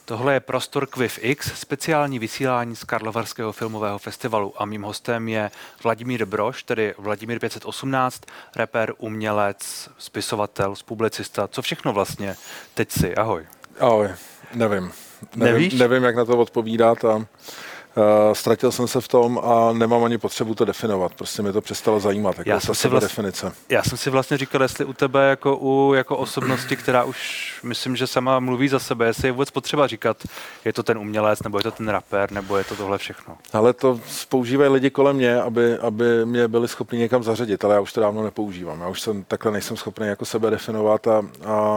Tohle je Prostor Quiv X, speciální vysílání z Karlovarského filmového festivalu a mým hostem je Vladimír Brož, tedy Vladimír 518, rapper, umělec, spisovatel, publicista. Co všechno vlastně teď si? Ahoj. Ahoj, nevím. Nevíš? Nevím, jak na to odpovídat a ztratil jsem se v tom a nemám ani potřebu to definovat. Prostě mě to přestalo zajímat, jako ta definice. Já jsem si vlastně říkal, jestli u tebe jako osobnosti, která už myslím, že sama mluví za sebe, jestli je vůbec potřeba říkat, je to ten umělec, nebo je to ten rapper, nebo je to tohle všechno. Ale to používají lidi kolem mě, aby mě byli schopni někam zařadit, ale já už to dávno nepoužívám. Já už takhle nejsem schopný jako sebe definovat a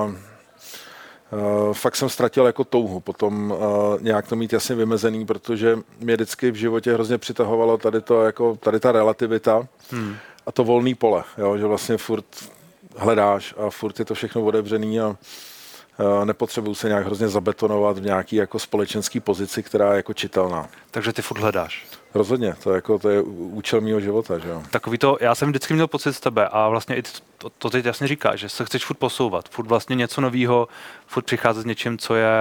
fakt jsem ztratil jako touhu potom nějak to mít jasně vymezený, protože mě vždycky v životě hrozně přitahovalo tady ta relativita a to volný pole, jo, že vlastně furt hledáš a furt je to všechno otevřený a nepotřebuju se nějak hrozně zabetonovat v nějaký jako společenský pozici, která je jako čitelná. Takže ty furt hledáš. Rozhodně, to je účel mýho života, že jo. Takový to, já jsem vždycky měl pocit z tebe a vlastně i to teď jasně říká, že se chceš furt posouvat, furt vlastně něco novýho, furt přicházet s něčím, co je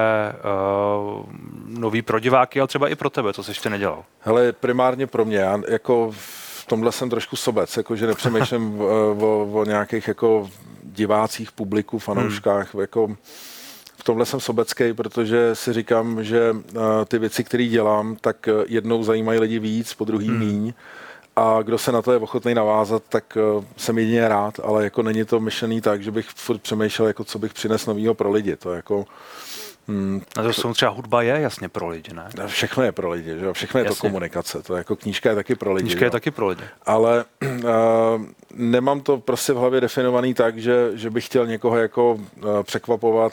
nový pro diváky, ale třeba i pro tebe, co jsi ještě nedělal. Hele, primárně pro mě, já jako v tomhle jsem trošku sobec, jakože nepřemýšlím o nějakých jako divácích, publiku, fanouškách, jako v tomhle jsem sobecký, protože si říkám, že ty věci, které dělám, tak jednou zajímají lidi víc, po druhý míň. A kdo se na to je ochotný navázat, tak jsem jedině rád, ale jako není to myšlený tak, že bych furt přemýšlel, jako co bych přinesl novýho pro lidi. To jako a to jsou třeba hudba je jasně pro lidi, ne? Všechno je pro lidi, že jo? Všechno je to komunikace. To jako knížka je taky pro lidi. Knížka je taky pro lidi. Ale nemám to prostě v hlavě definovaný tak, že bych chtěl někoho jako překvapovat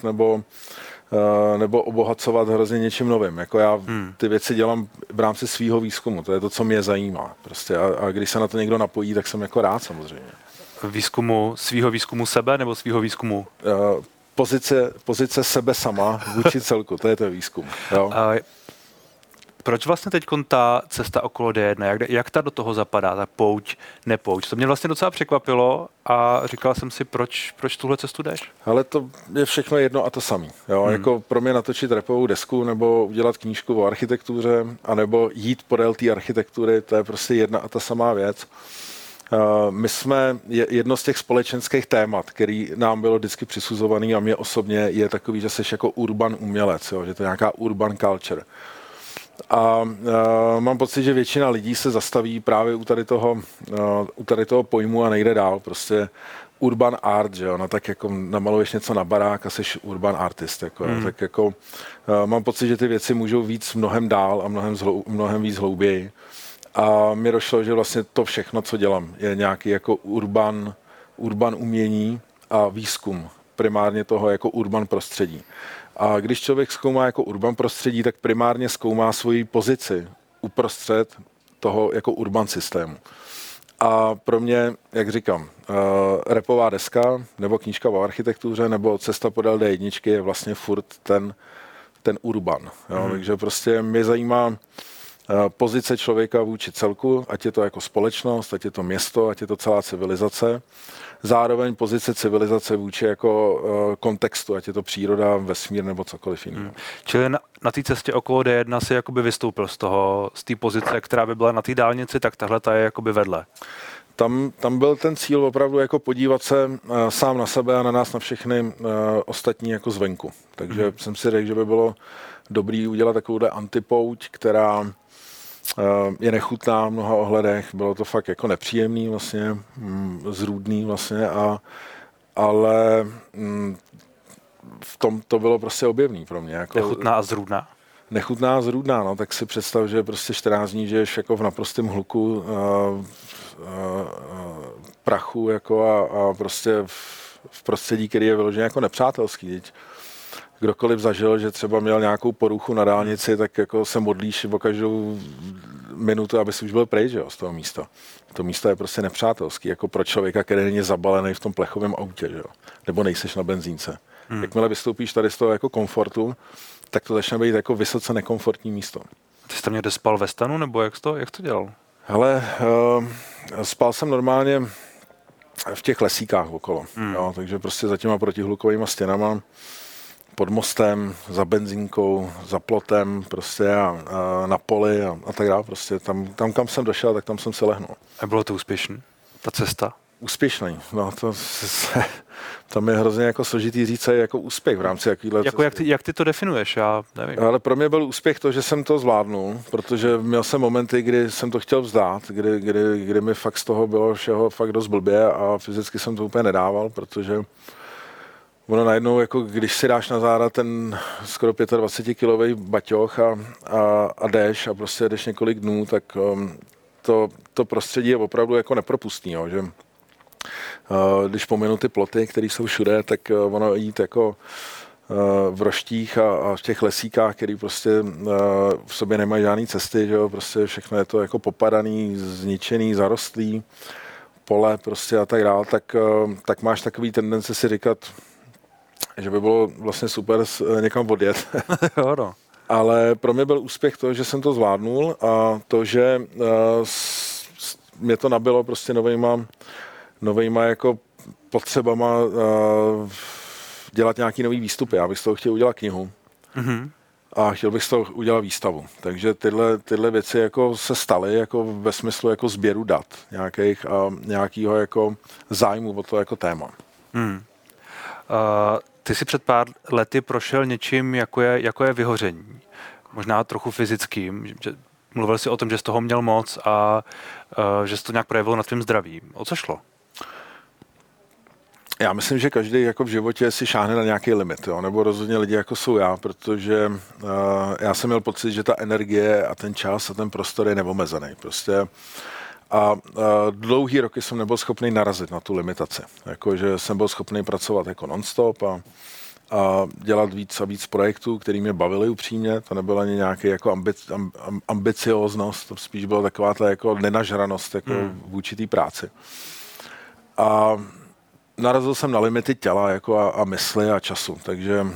nebo obohacovat hrozně něčím novým. Jako já ty věci dělám v rámci svýho výzkumu, to je to, co mě zajímá. Prostě a když se na to někdo napojí, tak jsem jako rád samozřejmě. Svýho výzkumu sebe nebo svýho výzkumu? Pozice sebe sama vůči celku, to je ten výzkum. Jo? Proč vlastně teď ta cesta okolo D1, jak ta do toho zapadá, ta pouť, nepouť? To mě vlastně docela překvapilo a říkal jsem si, proč tuhle cestu jdeš? Ale to je všechno jedno a to samé. Jako pro mě natočit rapovou desku nebo udělat knížku o architektuře anebo jít podél té architektury, to je prostě jedna a ta samá věc. My jsme, jedno z těch společenských témat, který nám bylo vždycky přisuzovaný a mě osobně je takový, že jsi jako urban umělec, jo? Že to je nějaká urban culture. A mám pocit, že většina lidí se zastaví právě u tady toho pojmu a nejde dál. Prostě urban art, že jo, no tak jako namaluješ něco na barák a jsi urban artist, jako, tak jako mám pocit, že ty věci můžou víc mnohem dál a mnohem víc hlouběji. A mi došlo, že vlastně to všechno, co dělám, je nějaký jako urban umění a výzkum primárně toho jako urban prostředí. A když člověk zkoumá jako urban prostředí, tak primárně zkoumá svoji pozici uprostřed toho jako urban systému. A pro mě, jak říkám, rapová deska, nebo knížka o architektuře, nebo cesta podél D1 je vlastně furt ten urban. Jo? Takže prostě mě zajímá pozice člověka vůči celku, ať je to jako společnost, ať je to město, ať je to celá civilizace. Zároveň pozice civilizace vůči jako kontextu, ať je to příroda, vesmír nebo cokoliv jiného. Čili na té cestě okolo D1 si jakoby vystoupil z té pozice, která by byla na té dálnici, tak tahle ta je jakoby vedle. Tam byl ten cíl opravdu jako podívat se sám na sebe a na nás, na všechny ostatní jako zvenku. Takže jsem si řekl, že by bylo dobrý udělat takovouhle antipouť, která je nechutná v mnoha ohledech, bylo to fakt jako nepříjemný vlastně, zrůdný vlastně, ale v tom to bylo prostě objevný pro mě. Jako, nechutná a zrůdná? Nechutná a zrůdná, no, tak si představ, že prostě 14 dní žiješ jako v naprostém hluku, prachu jako a prostě v prostředí, který je vyloženě jako nepřátelský. Kdokoliv zažil, že třeba měl nějakou poruchu na dálnici, tak jako se modlíš o každou minutu, aby si už byl pryč, jo, z toho místa. To místo je prostě nepřátelský, jako pro člověka, který není zabalený v tom plechovém autě, že jo? Nebo nejseš na benzínce. Jakmile vystoupíš tady z toho jako komfortu, tak to začne být jako vysoce nekomfortní místo. Ty jsi tam někde spal ve stanu, nebo jak to dělal? Hele, spal jsem normálně v těch lesíkách okolo, jo, takže prostě za těma protihlukovýma stěnama. pod mostem, za benzínkou, za plotem prostě a na poli a tak dále. Prostě tam, kam jsem došel, tak tam jsem se lehnul. A bylo to úspěšné, ta cesta? Úspěšný. No, tam je hrozně jako složitý říct, jako úspěch v rámci jakýhle... Jako jak ty to definuješ? Já nevím. Ale pro mě byl úspěch to, že jsem to zvládnul, protože měl jsem momenty, kdy jsem to chtěl vzdát, kdy mi fakt z toho bylo všeho fakt dost blbě a fyzicky jsem to úplně nedával, protože ono najednou, jako když si dáš na záda ten skoro 25-kilový baťoch a jdeš a prostě jdeš několik dnů, tak to prostředí je opravdu jako nepropustný, jo, že když pominu ty ploty, které jsou všude, tak ono jít jako v roštích a v těch lesíkách, který prostě v sobě nemají žádný cesty, že jo, prostě všechno je to jako popadaný, zničený, zarostlý, pole prostě a tak dále, tak máš takový tendence si říkat, že by bylo vlastně super někam odjet. Jo, no. Ale pro mě byl úspěch to, že jsem to zvládnul a to, že mě to nabilo prostě novejma jako potřebama dělat nějaký nový výstupy. Já bych z toho chtěl udělat knihu a chtěl bych z toho udělat výstavu. Takže tyhle věci jako se staly jako ve smyslu jako sběru dat nějakých a nějakého jako zájmu o to jako téma. Ty jsi před pár lety prošel něčím, jako je vyhoření. Možná trochu fyzickým. Mluvil jsi o tom, že jsi toho měl moc a že jsi to nějak projevil na tvým zdraví. O co šlo? Já myslím, že každý jako v životě si šáhne na nějaký limit, jo? Nebo rozhodně lidi jako jsou já, protože já jsem měl pocit, že ta energie a ten čas a ten prostor je neomezený. Prostě a dlouhý roky jsem nebyl schopný narazit na tu limitaci. Jako, že jsem byl schopný pracovat jako non-stop a dělat víc a víc projektů, který mě bavily upřímně. To nebyla ani nějaký jako ambicioznost, to spíš byla taková ta jako nenažranost jako vůči té práci. A narazil jsem na limity těla jako a mysli a času, takže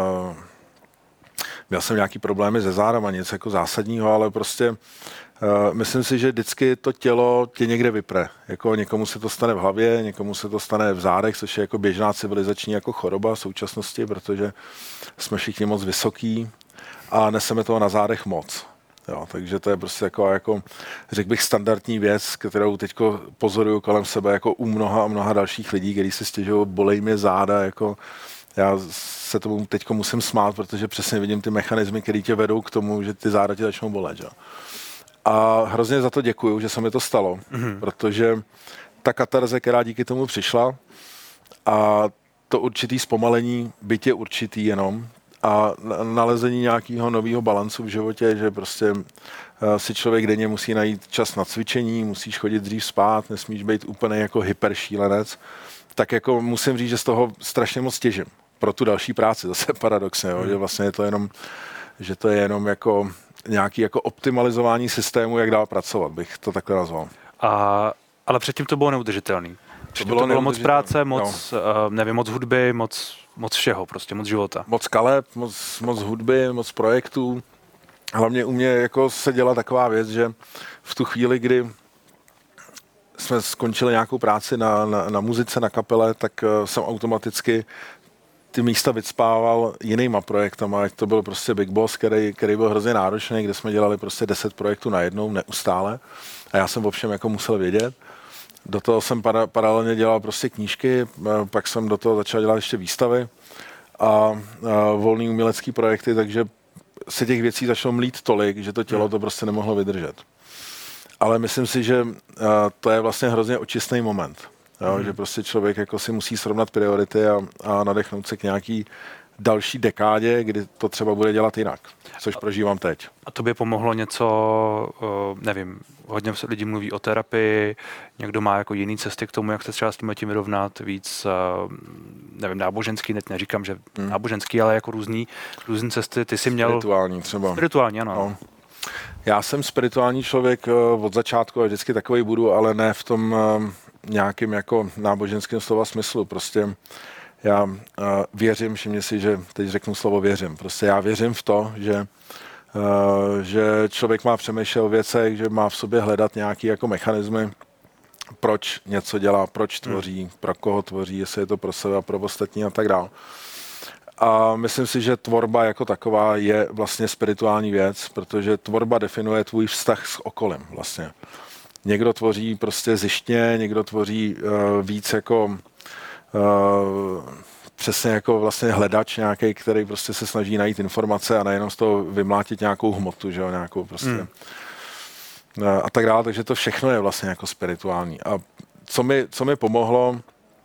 měl jsem nějaký problémy se zádama, nic jako zásadního, ale prostě myslím si, že vždycky to tělo tě někde vypre. Jako někomu se to stane v hlavě, někomu se to stane v zádech, což je jako běžná civilizační jako choroba v současnosti, protože jsme všichni moc vysoký a neseme toho na zádech moc. Jo, takže to je prostě jako řekl bych, standardní věc, kterou teď pozoruju kolem sebe jako u mnoha a mnoha dalších lidí, kteří se stěžují, bolej mě záda, jako já se tomu teď musím smát, protože přesně vidím ty mechanismy, které tě vedou k tomu, že ty záda tě začnou bolet. Jo. A hrozně za to děkuju, že se mi to stalo, protože ta katarze, která díky tomu přišla a to určitý zpomalení, byť je určitý jenom, a nalezení nějakého nového balancu v životě, že prostě si člověk denně musí najít čas na cvičení, musíš chodit dřív spát, nesmíš být úplně jako hyperšílenec, tak jako musím říct, že z toho strašně moc těžím pro tu další práci, zase paradoxně, jo, že vlastně je to jenom, že to je jenom jako nějaký jako optimalizování systému, jak dál pracovat, bych to takhle nazval. Ale předtím to bylo neudržitelný. To bylo moc práce, nevím, moc hudby, moc všeho, prostě moc života. Moc kaleb, moc hudby, moc projektů. Hlavně u mě jako se děla taková věc, že v tu chvíli, kdy jsme skončili nějakou práci na muzice, na kapele, tak jsem automaticky ty místa vycpával jinýma projektama, ať to byl prostě Big Boss, který byl hrozně náročný, kde jsme dělali prostě 10 projektů najednou, neustále. A já jsem o všem jako musel vědět. Do toho jsem paralelně dělal prostě knížky, pak jsem do toho začal dělat ještě výstavy a volný umělecký projekty, takže se těch věcí začalo mlít tolik, že to tělo to prostě nemohlo vydržet. Ale myslím si, že to je vlastně hrozně očistný moment. Jo, že prostě člověk jako si musí srovnat priority a nadechnout se k nějaký další dekádě, kdy to třeba bude dělat jinak, což prožívám teď. A tobě pomohlo něco, nevím, hodně lidí mluví o terapii, někdo má jako jiný cesty k tomu, jak se třeba s tím vyrovnat, víc, nevím, náboženský, neříkám, že náboženský, ale jako různý cesty, ty jsi měl... Spirituální třeba. Spirituální, ano. No. Já jsem spirituální člověk od začátku a vždycky takový budu, ale ne v tom nějakým jako náboženském slova smyslu. Prostě já věřím, všimně si, že teď řeknu slovo věřím. Prostě já věřím v to, že člověk má přemýšlet o věcech, že má v sobě hledat nějaké jako mechanismy, proč něco dělá, proč tvoří, pro koho tvoří, jestli je to pro sebe a pro ostatní a tak dále. A myslím si, že tvorba jako taková je vlastně spirituální věc, protože tvorba definuje tvůj vztah s okolím vlastně. Někdo tvoří prostě zištně, někdo tvoří víc jako přesně jako vlastně hledač nějaký, který prostě se snaží najít informace a nejenom z toho vymlátit nějakou hmotu, že jo, nějakou prostě a tak dále, takže to všechno je vlastně jako spirituální. A co mi pomohlo,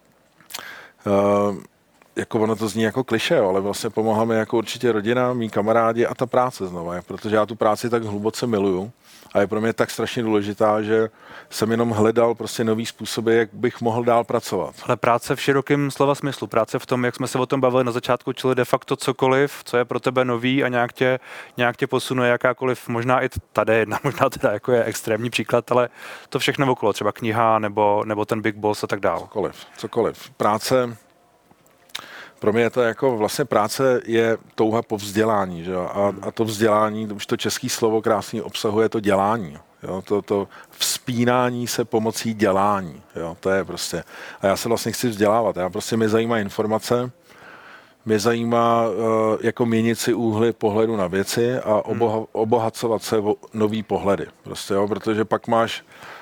jako ono to zní jako klišé, ale vlastně pomohla mi jako určitě rodina, mý kamarádi a ta práce znova, protože já tu práci tak hluboce miluju a je pro mě tak strašně důležitá, že jsem jenom hledal prostě nový způsoby, jak bych mohl dál pracovat. Ale práce v širokém slova smyslu, práce v tom, jak jsme se o tom bavili na začátku, čili de facto cokoliv, co je pro tebe nový a nějak tě posunuje jakákoliv, možná i tady jedna, možná teda jako je extrémní příklad, ale to všechno okolo, třeba kniha nebo ten Big Boss a tak dále. Cokoliv. Práce, pro mě je to jako vlastně práce je touha po vzdělání, že jo? A to vzdělání, už to české slovo krásně obsahuje to dělání. Jo? To vzpínání se pomocí dělání. Jo? To je prostě. A já se vlastně chci vzdělávat. Já prostě mě zajímá informace, mě zajímá jako měnit si úhly pohledu na věci a obohacovat se o nový pohledy. Prostě, jo? Protože pak máš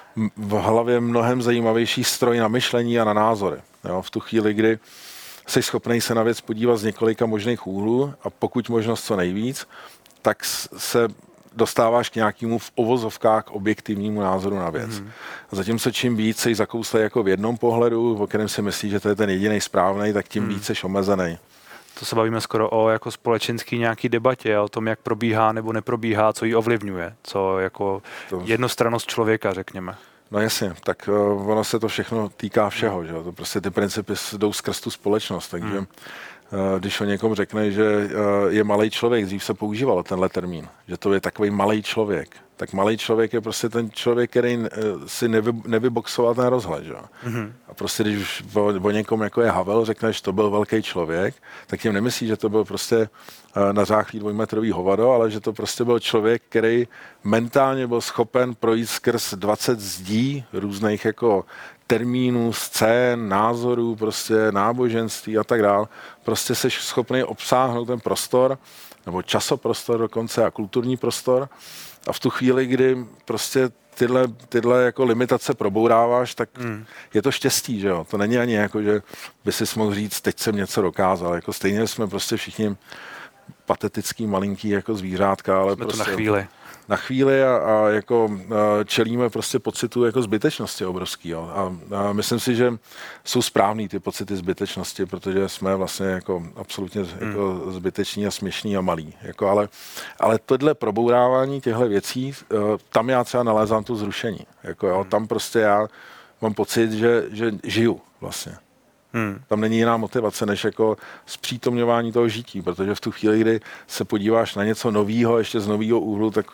v hlavě mnohem zajímavější stroj na myšlení a na názory. Jo? V tu chvíli, kdy jsi schopný se na věc podívat z několika možných úhlů a pokud možnost co nejvíc, tak se dostáváš k nějakému v uvozovkách objektivnímu názoru na věc. A zatímco čím víc jsi zakouslej jako v jednom pohledu, o kterém si myslíš, že to je ten jediný správný, tak tím víc jsi omezený. To se bavíme skoro o jako společenský nějaký debatě, o tom, jak probíhá nebo neprobíhá, co ji ovlivňuje, co jako jednostrannost člověka, řekněme. No jasně, tak ono se to všechno týká všeho, že? To prostě ty principy jdou skrz tu společnost, takže když o někom řekne, že je malej člověk, dřív se používal tenhle termín, že to je takový malej člověk, tak malej člověk je prostě ten člověk, který si nevyboxoval ten rozhled, že? A prostě když o někom jako je Havel, řekne, že to byl velký člověk, tak tím nemyslí, že to byl prostě nařáchlý dvojmetrový hovado, ale že to prostě byl člověk, který mentálně byl schopen projít skrz 20 zdí různých jako termínů, scén, názorů, prostě náboženství a tak dál. Prostě jsi schopný obsáhnout ten prostor, nebo časoprostor dokonce a kulturní prostor. A v tu chvíli, kdy prostě tyhle jako limitace probouráváš, tak je to štěstí, že jo. To není ani jako, že by si mohl říct, teď jsem něco dokázal. Jako stejně jsme prostě všichni patetický, malinký jako zvířátka, ale jsme prostě to na chvíli a jako čelíme prostě pocitu jako zbytečnosti obrovský. Jo. A myslím si, že jsou správný ty pocity zbytečnosti, protože jsme vlastně jako absolutně jako zbyteční a směšní a malí. Jako, ale tohle probourávání těchto věcí, tam já třeba nalézám to zrušení. Jako, jo, tam prostě já mám pocit, že žiju vlastně. Tam není jiná motivace, než jako zpřítomňování toho žití, protože v tu chvíli, kdy se podíváš na něco novýho, ještě z novýho úhlu, tak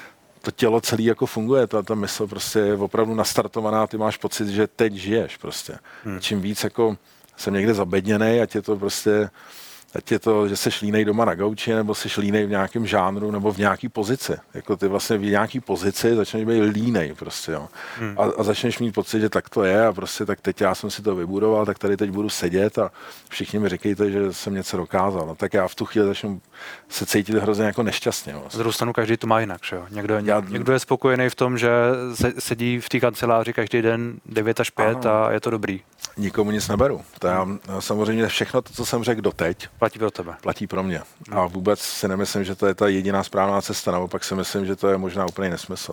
to tělo celý jako funguje, ta mysl prostě je opravdu nastartovaná, ty máš pocit, že teď žiješ prostě. A čím víc jako jsem někde zabedněnej, ať je to, že seš línej doma na gauči, nebo seš línej v nějakém žánru, nebo v nějaký pozici. Jako ty vlastně v nějaký pozici začneš být línej prostě, jo. A začneš mít pocit, že tak to je a prostě tak teď já jsem si to vybudoval, tak tady teď budu sedět a všichni mi říkejte, že jsem něco dokázal. No, tak já v tu chvíli začnu se cítit hrozně jako nešťastně. Vlastně. Z druhé strany každý to má jinak, že jo. Někdo je spokojený v tom, že sedí v té kanceláři každý den 9 až 5 a je to dobrý. Nikomu nic neberu. To já samozřejmě všechno to, co jsem řekl doteď, platí pro tebe. Platí pro mě. A vůbec si nemyslím, že to je ta jediná správná cesta, naopak si myslím, že to je možná úplný nesmysl.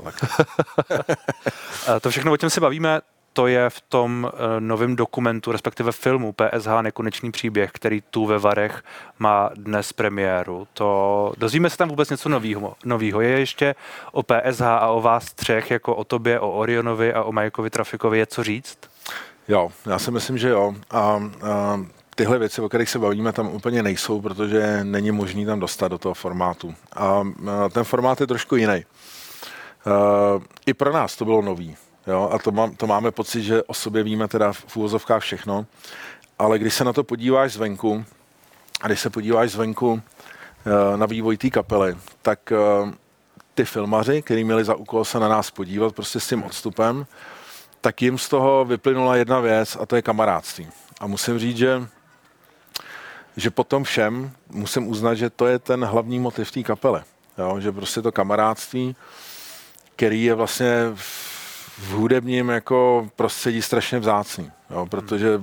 To všechno, o čem se bavíme, to je v tom novém dokumentu, respektive filmu PSH Nekonečný příběh, který tu ve Varech má dnes premiéru. Dozvíme se tam vůbec něco novýho. Je ještě o PSH a o vás třech, jako o tobě, o Orionovi a o Majkovi Trafikovi, je co říct? Jo, já si myslím, že jo. A tyhle věci, o kterých se bavíme, tam úplně nejsou, protože není možný tam dostat do toho formátu. A ten formát je trošku jiný. I pro nás to bylo nový. Jo? A to máme pocit, že o sobě víme teda v úvozovkách všechno. Ale když se na to podíváš zvenku, a když se podíváš zvenku na vývoj té kapely, tak ty filmaři, kteří měli za úkol se na nás podívat prostě s tím odstupem, tak jim z toho vyplynula jedna věc a to je kamarádství. A musím říct, že že potom všem musím uznat, že to je ten hlavní motiv té kapely. Jo? Že prostě to kamarádství, který je vlastně v hudebním jako prostředí strašně vzácný. Jo? Protože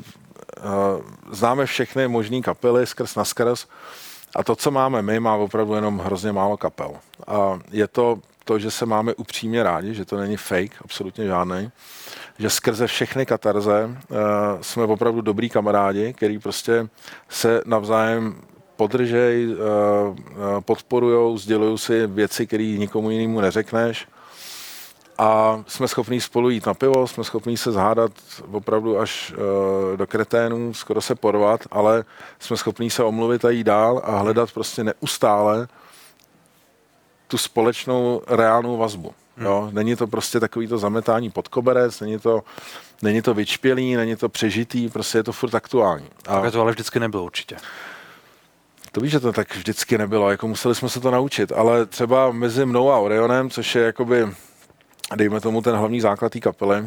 známe všechny možný kapely skrz na skrz a to, co máme my, má opravdu jenom hrozně málo kapel. A je to, že se máme upřímně rádi, že to není fake, absolutně žádný, že skrze všechny katarze jsme opravdu dobrý kamarádi, který prostě se navzájem podržej, podporujou, sdělují si věci, které nikomu jinému neřekneš. A jsme schopní spolu jít na pivo, jsme schopní se zhádat opravdu až do kreténů, skoro se porvat, ale jsme schopní se omluvit a jít dál a hledat prostě neustále tu společnou reálnou vazbu. Jo? Není to prostě takový to zametání pod koberec, není to vyčpělý, není to přežitý, prostě je to furt aktuální. Tak to ale vždycky nebylo určitě. To víš, že to tak vždycky nebylo, jako museli jsme se to naučit, ale třeba mezi mnou a Orionem, což je jakoby, dejme tomu, ten hlavní základ té kapely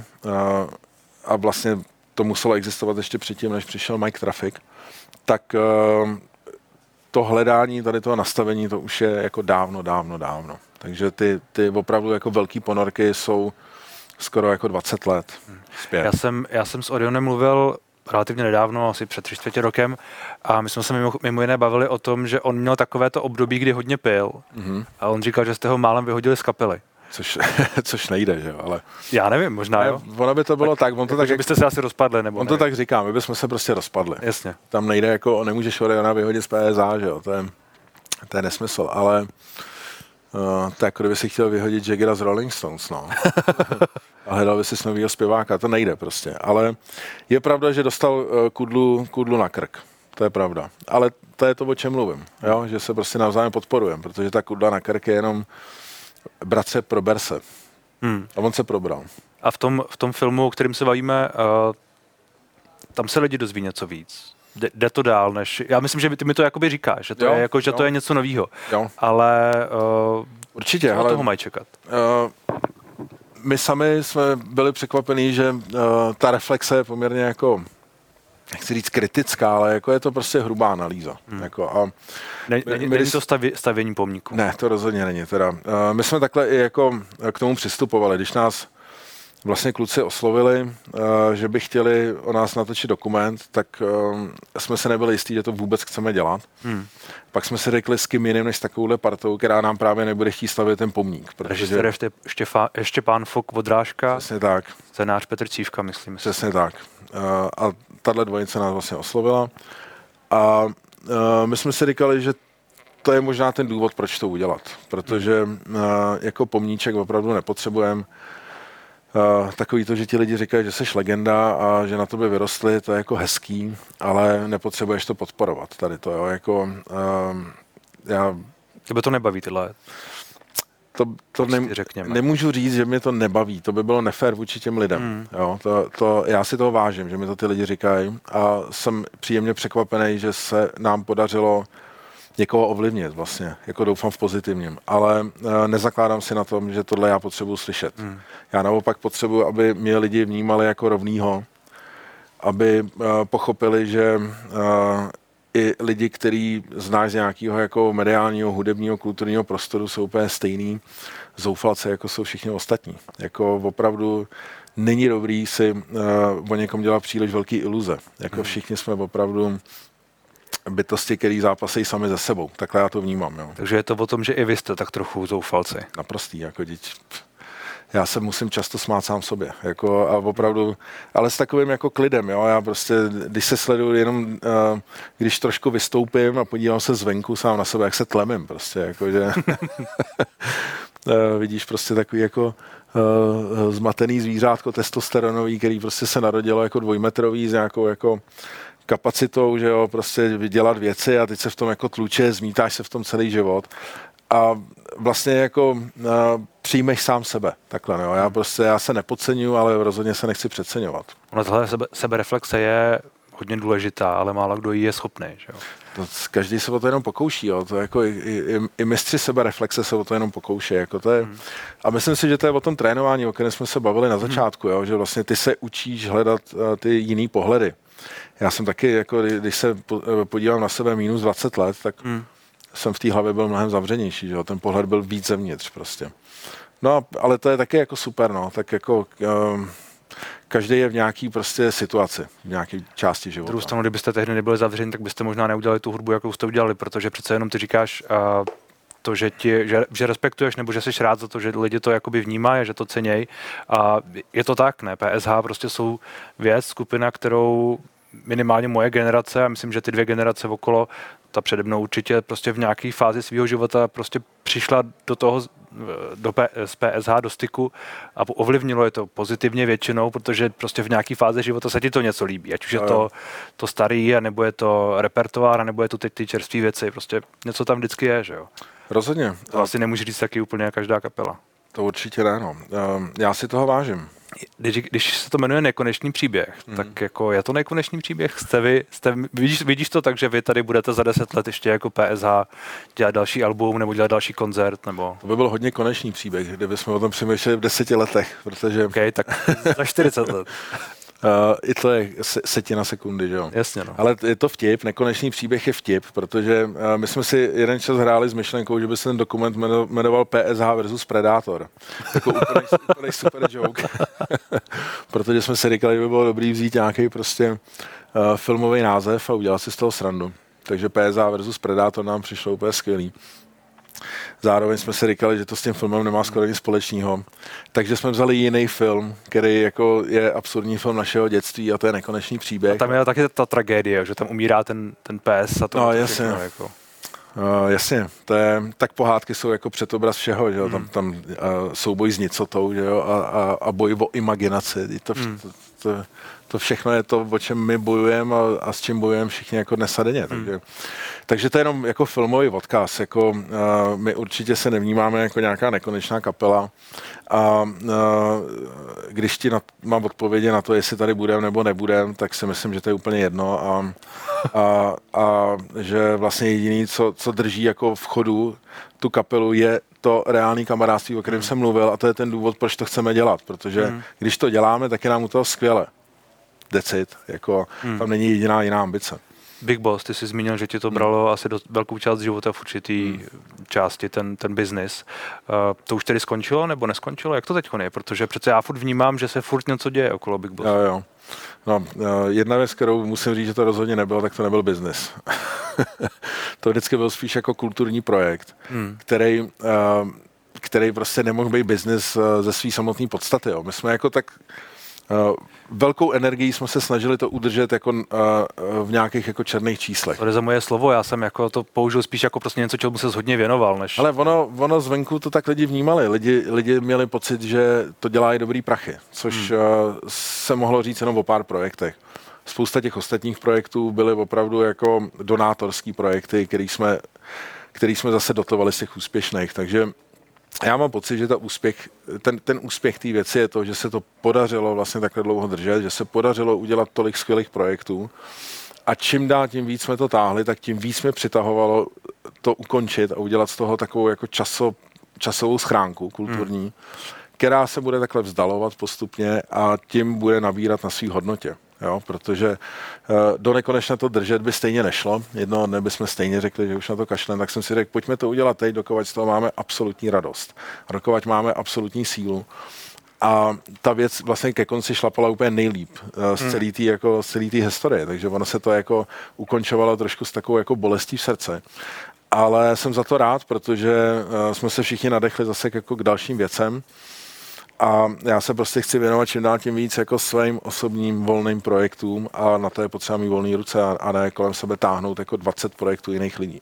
a vlastně to muselo existovat ještě předtím, než přišel Mike Traffic, tak to hledání tady toho nastavení, to už je jako dávno. Takže ty opravdu jako velký ponorky jsou skoro jako 20 let zpět. Já jsem s Orionem mluvil relativně nedávno, asi před 3/4 rokem, a my jsme se mimo jiné bavili o tom, že on měl takovéto období, kdy hodně pil, a on říkal, že jste ho málem vyhodili z kapely. Což nejde, že jo, ale... Já nevím, možná jo. Ono by to bylo tak, on to tak... Že byste se asi rozpadli, nebo on to tak říká, my bychom se prostě rozpadli. Jasně. Tam nejde jako, nemůžeš Oriona vyhodit z PSA, že jo, to je nesmysl, ale to jako kdyby si chtěl vyhodit Jaggera z Rolling Stones, no. A hledal by si novýho zpěváka, to nejde prostě, ale je pravda, že dostal kudlu na krk. To je pravda. Ale to je to, o čem mluvím, jo? Že se prostě navzájem podporujeme, protože ta kudla na krk je jenom bratře, prober se. A on se probral. A v tom filmu, o kterém se bavíme, tam se lidi dozví něco víc. Jde to dál, než... Já myslím, že ty mi to jakoby říkáš, že to je jako, že to je něco novýho. Ale určitě, co od toho mají čekat? My sami jsme byli překvapení, že ta reflexe je poměrně jako, nechci říct kritická, ale jako je to prostě hrubá analýza. Jako a není to stavění pomníku? Ne, to rozhodně není. Teda. My jsme takhle i jako k tomu přistupovali. Když nás vlastně kluci oslovili, že by chtěli o nás natočit dokument, tak jsme se nebyli jistí, že to vůbec chceme dělat. Pak jsme si řekli, s kým jiným než s takovouhle partou, která nám právě nebude chtít stavět ten pomník. Režisér Štěpán Fok Vodrážka, přesně tak. Scénář Petr Cívka, myslím. Přesně tak. A tahle dvojice nás vlastně oslovila. A my jsme si říkali, že to je možná ten důvod, proč to udělat. Protože jako pomníček opravdu nepotřebujeme takový to, že ti lidi říkají, že jsi legenda a že na tobě vyrostli, to je jako hezký, ale nepotřebuješ to podporovat tady to, jo, jako Tebe to nebaví tyhle? Nemůžu říct, že mě to nebaví, to by bylo nefér vůči těm lidem, jo, já si toho vážím, že mi to ty lidi říkají a jsem příjemně překvapený, že se nám podařilo někoho ovlivnit vlastně, jako doufám v pozitivním, ale nezakládám si na tom, že tohle já potřebuji slyšet. Já naopak potřebuji, aby mě lidi vnímali jako rovnýho, aby pochopili, že i lidi, který znáš z nějakého jako mediálního, hudebního, kulturního prostoru, jsou úplně stejný zoufalce, jako jsou všichni ostatní. Jako opravdu není dobrý si o někom dělat příliš velký iluze. Jako všichni jsme opravdu bytosti, který zápasejí sami ze sebou. Takhle já to vnímám. Jo. Takže je to o tom, že i vy jste tak trochu zoufalci. Naprostý, jako děti. Já se musím často smát sám sobě. Jako, a opravdu, ale s takovým jako klidem. Jo. Já prostě, když se sleduju jenom, když trošku vystoupím a podívám se zvenku sám na sebe, jak se tlemím prostě. Jako, že vidíš prostě takový jako zmatený zvířátko testosteronový, který prostě se narodilo jako 2metrový s nějakou jako kapacitou, že jo, prostě vydělat věci a teď se v tom jako tluče, zmítáš se v tom celý život a vlastně jako přijmeš sám sebe, takhle, jo. Já se nepodceňuji, ale rozhodně se nechci přeceňovat. Tohle sebereflexe je hodně důležitá, ale málo kdo jí je schopný, že jo. Každý se o to jenom pokouší, jo. To jako i mistři sebereflexe se o to jenom pokouší, jako to je. A myslím si, že to je o tom trénování, o kterém jsme se bavili na začátku, jo, že vlastně ty se učíš hledat ty jiný pohledy. já jsem taky, jako, když se podívám na sebe minus 20 let, tak jsem v té hlavě byl mnohem zavřenější, že jo? Ten pohled byl víc zevnitř prostě. No, ale to je taky jako super, no, tak jako každý je v nějaký prostě situaci, v nějaké části života. Druhou stranu, kdybyste tehdy nebyli zavřeni, tak byste možná neudělali tu hudbu, jakou jste udělali, protože přece jenom ty říkáš to, že respektuješ, nebo že jsi rád za to, že lidi to jakoby vnímají, že to cenějí. A je to tak, ne? PSH prostě jsou věc, skupina, kterou minimálně moje generace, a myslím, že ty 2 generace okolo, ta přede mnou určitě prostě v nějaké fázi svého života prostě přišla do toho, z PSH do styku a ovlivnilo je to pozitivně většinou, protože prostě v nějaké fázi života se ti to něco líbí, ať už je to starý, nebo je to repertoár, nebo je to teď ty čerstvé věci, prostě něco tam vždycky je, že jo. Rozhodně. To asi nemůže říct taky úplně každá kapela. To určitě ne, no. Já si toho vážím. Když se to jmenuje Nekonečný příběh, tak jako je to nekonečný příběh? Vidíš to tak, že vy tady budete za 10 let ještě jako PSH dělat další album nebo dělat další koncert? Nebo... To by byl hodně konečný příběh, kdybychom o tom přemýšleli v 10 letech, protože... OK, tak za 40 let. I to je setina sekundy, že jo? Jasně, no. Ale je to vtip, nekonečný příběh je vtip, protože my jsme si jeden čas hráli s myšlenkou, že by se ten dokument jmenoval PSH versus Predátor. Takový úplnej super joke. Protože jsme si říkali, že by bylo dobrý vzít nějaký prostě filmový název a udělat si z toho srandu. Takže PSH versus Predátor nám přišlo úplně skvělý. Zároveň jsme si říkali, že to s tím filmem nemá skoro nic společného. Takže jsme vzali jiný film, který jako je absurdní film našeho dětství a to je Nekonečný příběh. A tam je taky ta tragédie, že tam umírá ten PS a to. No, jasně. Všechno, jako. Jasně, tak pohádky jsou jako předobraz všeho, že jo? Tam souboj s nicotou, že jo? A boj o imaginaci. To všechno je to, o čem my bojujeme a s čím bojujeme všichni jako dnes a denně. Takže to je jenom jako filmový odkaz. Jako, my určitě se nevnímáme jako nějaká nekonečná kapela a když ti mám odpovědi na to, jestli tady budeme nebo nebudeme, tak si myslím, že to je úplně jedno a že vlastně jediný, co drží jako v chodu tu kapelu, je to reálný kamarádství, o kterém jsem mluvil a to je ten důvod, proč to chceme dělat, protože když to děláme, tak je nám u toho skvěle. Decid, jako tam není jediná jiná ambice. Big Boss, ty jsi zmínil, že ti to bralo asi velkou část života v určitý části, ten biznis. To už tedy skončilo nebo neskončilo? Jak to teď je? Protože přece já furt vnímám, že se furt něco děje okolo Big Boss. Jo. No, jedna věc, kterou musím říct, že to rozhodně nebylo, tak to nebyl biznis. To vždycky byl spíš jako kulturní projekt, který prostě nemohl být biznis ze své samotné podstaty. Jo. My jsme jako tak velkou energií jsme se snažili to udržet jako v nějakých jako černých číslech. To je za moje slovo, já jsem jako to použil spíš jako prostě něco, čemu se hodně věnoval. Než... Ale ono zvenku to tak lidi vnímali. Lidi měli pocit, že to dělá i dobrý prachy, což se mohlo říct jenom o pár projektech. Spousta těch ostatních projektů byly opravdu jako donátorský projekty, který jsme zase dotovali z těch úspěšných, takže já mám pocit, že ten úspěch té věci je to, že se to podařilo vlastně takhle dlouho držet, že se podařilo udělat tolik skvělých projektů a čím dál tím víc jsme to táhli, tak tím víc mě přitahovalo to ukončit a udělat z toho takovou jako časovou schránku kulturní, která se bude takhle vzdalovat postupně a tím bude nabírat na své hodnotě. Jo, protože do nekonečna to držet by stejně nešlo. Jednoho dne bychom stejně řekli, že už na to kašlem, tak jsem si řekl, pojďme to udělat teď, dokud z toho máme absolutní radost. A dokud máme absolutní sílu. A ta věc vlastně ke konci šlapala úplně nejlíp z celé té historie. Takže ono se to jako ukončovalo trošku s takovou jako bolestí v srdce. Ale jsem za to rád, protože jsme se všichni nadechli zase jako k dalším věcem. A já se prostě chci věnovat čím dál tím víc jako svým osobním volným projektům a na to je potřeba mít volné ruce a ne kolem sebe táhnout jako 20 projektů jiných lidí.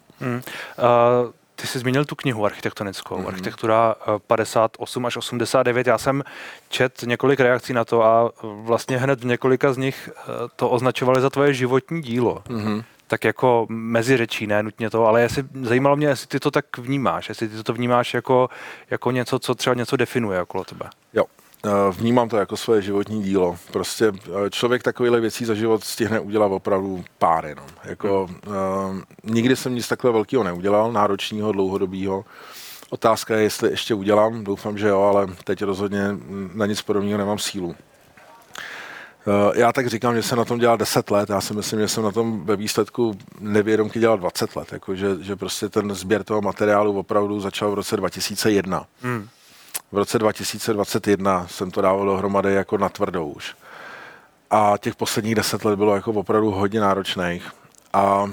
Ty jsi zmínil tu knihu architektonickou, Architektura 58 až 89. Já jsem čet několik reakcí na to a vlastně hned v několika z nich to označovali za tvoje životní dílo. Tak jako mezi řečí, ne nutně to, ale zajímalo mě, jestli ty to tak vnímáš, jestli ty to vnímáš jako něco, co třeba něco definuje okolo tebe. Jo, vnímám to jako svoje životní dílo. Prostě člověk takovýhle věcí za život stihne udělat opravdu pár jenom. Jako, nikdy jsem nic takhle velkého neudělal, náročného, dlouhodobého. Otázka je, jestli ještě udělám, doufám, že jo, ale teď rozhodně na nic podobného nemám sílu. Já tak říkám, že jsem na tom dělal 10 let, já si myslím, že jsem na tom ve výsledku nevědomky dělal 20 let, jako že prostě ten sběr toho materiálu opravdu začal v roce 2001. V roce 2021 jsem to dával dohromady jako na tvrdou už. A těch posledních 10 let bylo jako opravdu hodně náročných. A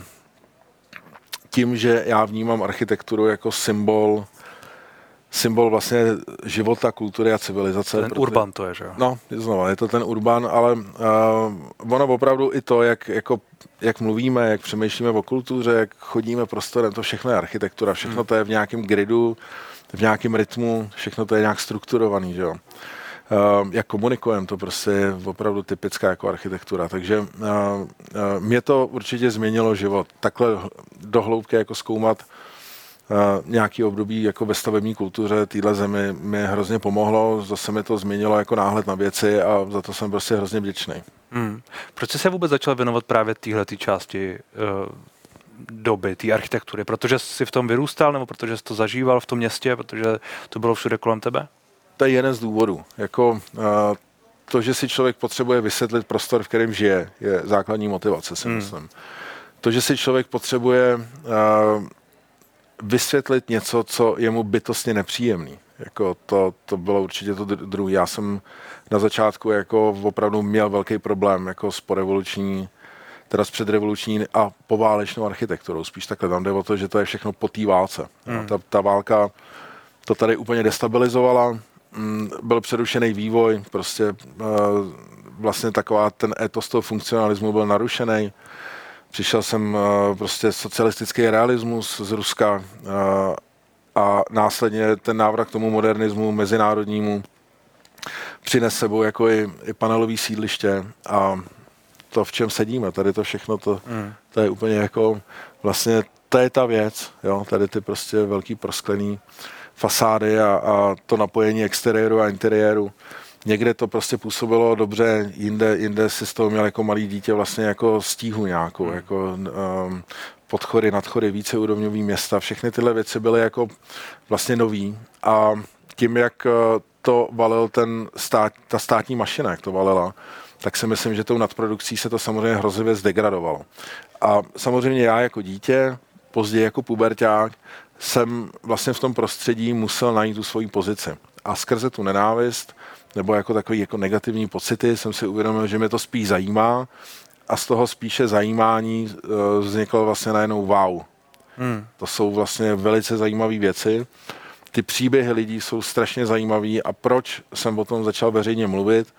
tím, že já vnímám architekturu jako symbol vlastně života, kultury a civilizace. Ten urban to je, že jo? No, znova, je to ten urban, ale ono opravdu i to, jak mluvíme, jak přemýšlíme o kultuře, jak chodíme prostorem, to všechno je architektura, všechno to je v nějakém gridu, v nějakém rytmu, všechno to je nějak strukturovaný, že jo. Jak komunikujeme, to prostě je opravdu typická jako architektura, takže mě to určitě změnilo život. Takhle do hloubky jako zkoumat nějaký období jako ve stavební kultuře téhle zemi mi hrozně pomohlo, zase mi to změnilo jako náhled na věci a za to jsem prostě hrozně vděčný. Proč jsi se vůbec začal věnovat právě téhleté části doby, té architektury? Protože jsi v tom vyrůstal, nebo protože jsi to zažíval v tom městě, protože to bylo všude kolem tebe? To je jeden z důvodů. Jako, to, že si člověk potřebuje vysvětlit prostor, v kterém žije, je základní motivace, si myslím. To, že si člověk potřebuje vysvětlit něco, co je mu bytostně nepříjemný. Jako to bylo určitě to druhé. Já jsem na začátku jako opravdu měl velký problém jako s porevoluční, teda s předrevoluční a poválečnou architekturou. Spíš takhle tam jde o to, že to je všechno po té válce. Ta válka to tady úplně destabilizovala, byl přerušený vývoj, prostě vlastně taková ten etos toho funkcionalismu byl narušený. Přišel jsem prostě socialistický realismus z Ruska a následně ten návrat k tomu modernismu mezinárodnímu přines sebou jako i panelový sídliště a to, v čem sedíme, tady to všechno, to je úplně jako vlastně, to je ta věc, jo, tady ty prostě velký prosklený fasády a to napojení exteriéru a interiéru. Někde to prostě působilo dobře, jinde si z toho měl jako malý dítě vlastně jako stíhu nějakou, jako podchody, nadchody, víceúrovňový města. Všechny tyhle věci byly jako vlastně nový a tím, jak to valil ta státní mašina, jak to valila, tak si myslím, že tou nadprodukcí se to samozřejmě hrozivě zdegradovalo. A samozřejmě já jako dítě, později jako puberťák, jsem vlastně v tom prostředí musel najít tu svoji pozici. A skrze tu nenávist nebo jako takový jako negativní pocity jsem si uvědomil, že mě to spíš zajímá a z toho spíše zajímání vzniklo vlastně najednou wow. To jsou vlastně velice zajímavé věci. Ty příběhy lidí jsou strašně zajímavý a proč jsem o tom začal veřejně mluvit,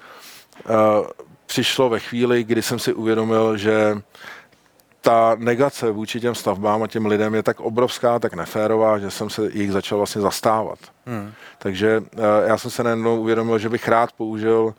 přišlo ve chvíli, kdy jsem si uvědomil, že ta negace vůči těm stavbám a těm lidem je tak obrovská, tak neférová, že jsem se jich začal vlastně zastávat. Takže já jsem se najednou uvědomil, že bych rád použil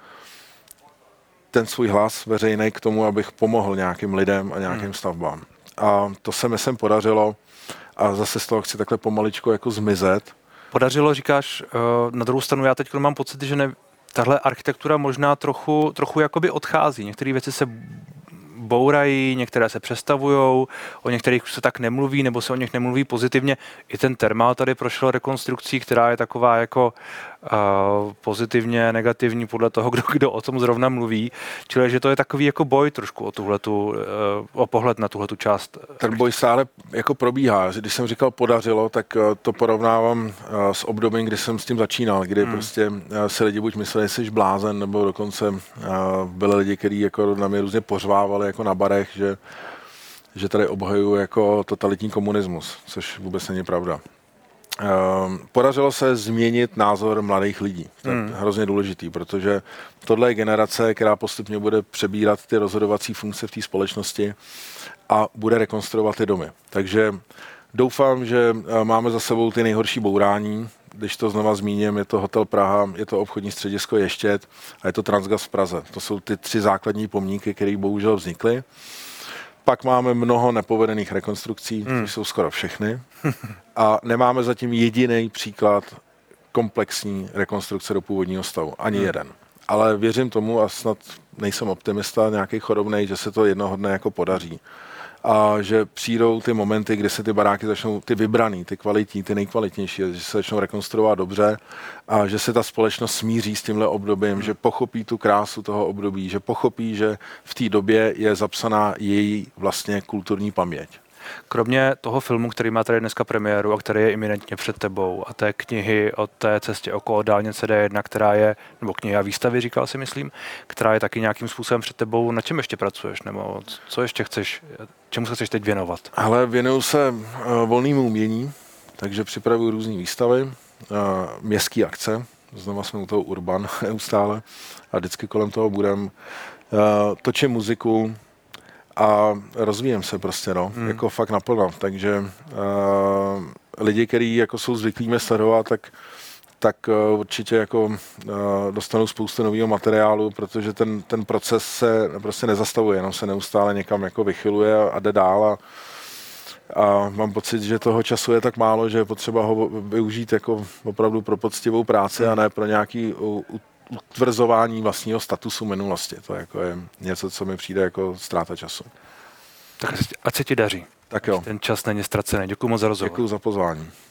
ten svůj hlas veřejný k tomu, abych pomohl nějakým lidem a nějakým stavbám. A to se mi sem podařilo a zase z toho chci takhle pomaličku jako zmizet. Podařilo, říkáš, na druhou stranu já teď mám pocit, že tahle architektura možná trochu jakoby odchází. Některé věci se bourají, některé se přestavujou, o některých už se tak nemluví, nebo se o nich nemluví pozitivně. I ten Thermal tady prošel rekonstrukcí, která je taková jako pozitivně, negativní podle toho, kdo o tom zrovna mluví. Čili, že to je takový jako boj trošku o pohled na tuhletu část. Ten boj stále jako probíhá. Když jsem říkal podařilo, tak to porovnávám s obdobím, kdy jsem s tím začínal, kdy prostě si lidi buď mysleli, že jsi blázen, nebo dokonce byli lidi, kteří jako na mě různě pořvávali jako na barech, že tady obhajuju jako totalitní komunismus, což vůbec není pravda. Podařilo se změnit názor mladých lidí. To je hrozně důležitý, protože tohle je generace, která postupně bude přebírat ty rozhodovací funkce v té společnosti a bude rekonstruovat ty domy. Takže doufám, že máme za sebou ty nejhorší bourání. Když to znova zmíním, je to Hotel Praha, je to obchodní středisko Ještěd a je to Transgas v Praze. To jsou ty 3 základní pomníky, které bohužel vznikly. Pak máme mnoho nepovedených rekonstrukcí, což jsou skoro všechny. A nemáme zatím jediný příklad komplexní rekonstrukce do původního stavu. Ani jeden. Ale věřím tomu a snad nejsem optimista, nějaký chorobnej, že se to jednoho dne jako podaří. a že přijdou ty momenty, kdy se ty baráky začnou, ty vybraný, ty kvalitní, ty nejkvalitnější, že se začnou rekonstruovat dobře a že se ta společnost smíří s tímhle obdobím, že pochopí tu krásu toho období, že pochopí, že v té době je zapsaná její vlastně kulturní paměť. Kromě toho filmu, který má tady dneska premiéru a který je iminentně před tebou, a té knihy o té cestě okolo dálnice D1, která je, nebo knihy a výstavy, říkal si, myslím, která je taky nějakým způsobem před tebou, na čem ještě pracuješ, nebo co ještě chceš, čemu se chceš teď věnovat? Ale věnuju se volnému umění, takže připravuju různé výstavy, městské akce, znova jsme u toho Urban neustále a vždycky kolem toho budem. Točím muziku a rozvíjem se prostě, jako fakt naplno. Takže lidi, kteří jako jsou zvyklí mě sledovat, tak určitě jako dostanou spoustu nového materiálu, protože ten proces se prostě nezastavuje, jenom se neustále někam jako vychyluje a jde dál a mám pocit, že toho času je tak málo, že je potřeba ho využít jako opravdu pro poctivou práci a ne pro nějaký utvrzování vlastního statusu minulosti. To jako je něco, co mi přijde jako ztráta času. Tak ať se ti daří. Tak jo. Ten čas není ztracený. Děkuji moc za rozhovor. Děkuji za pozvání.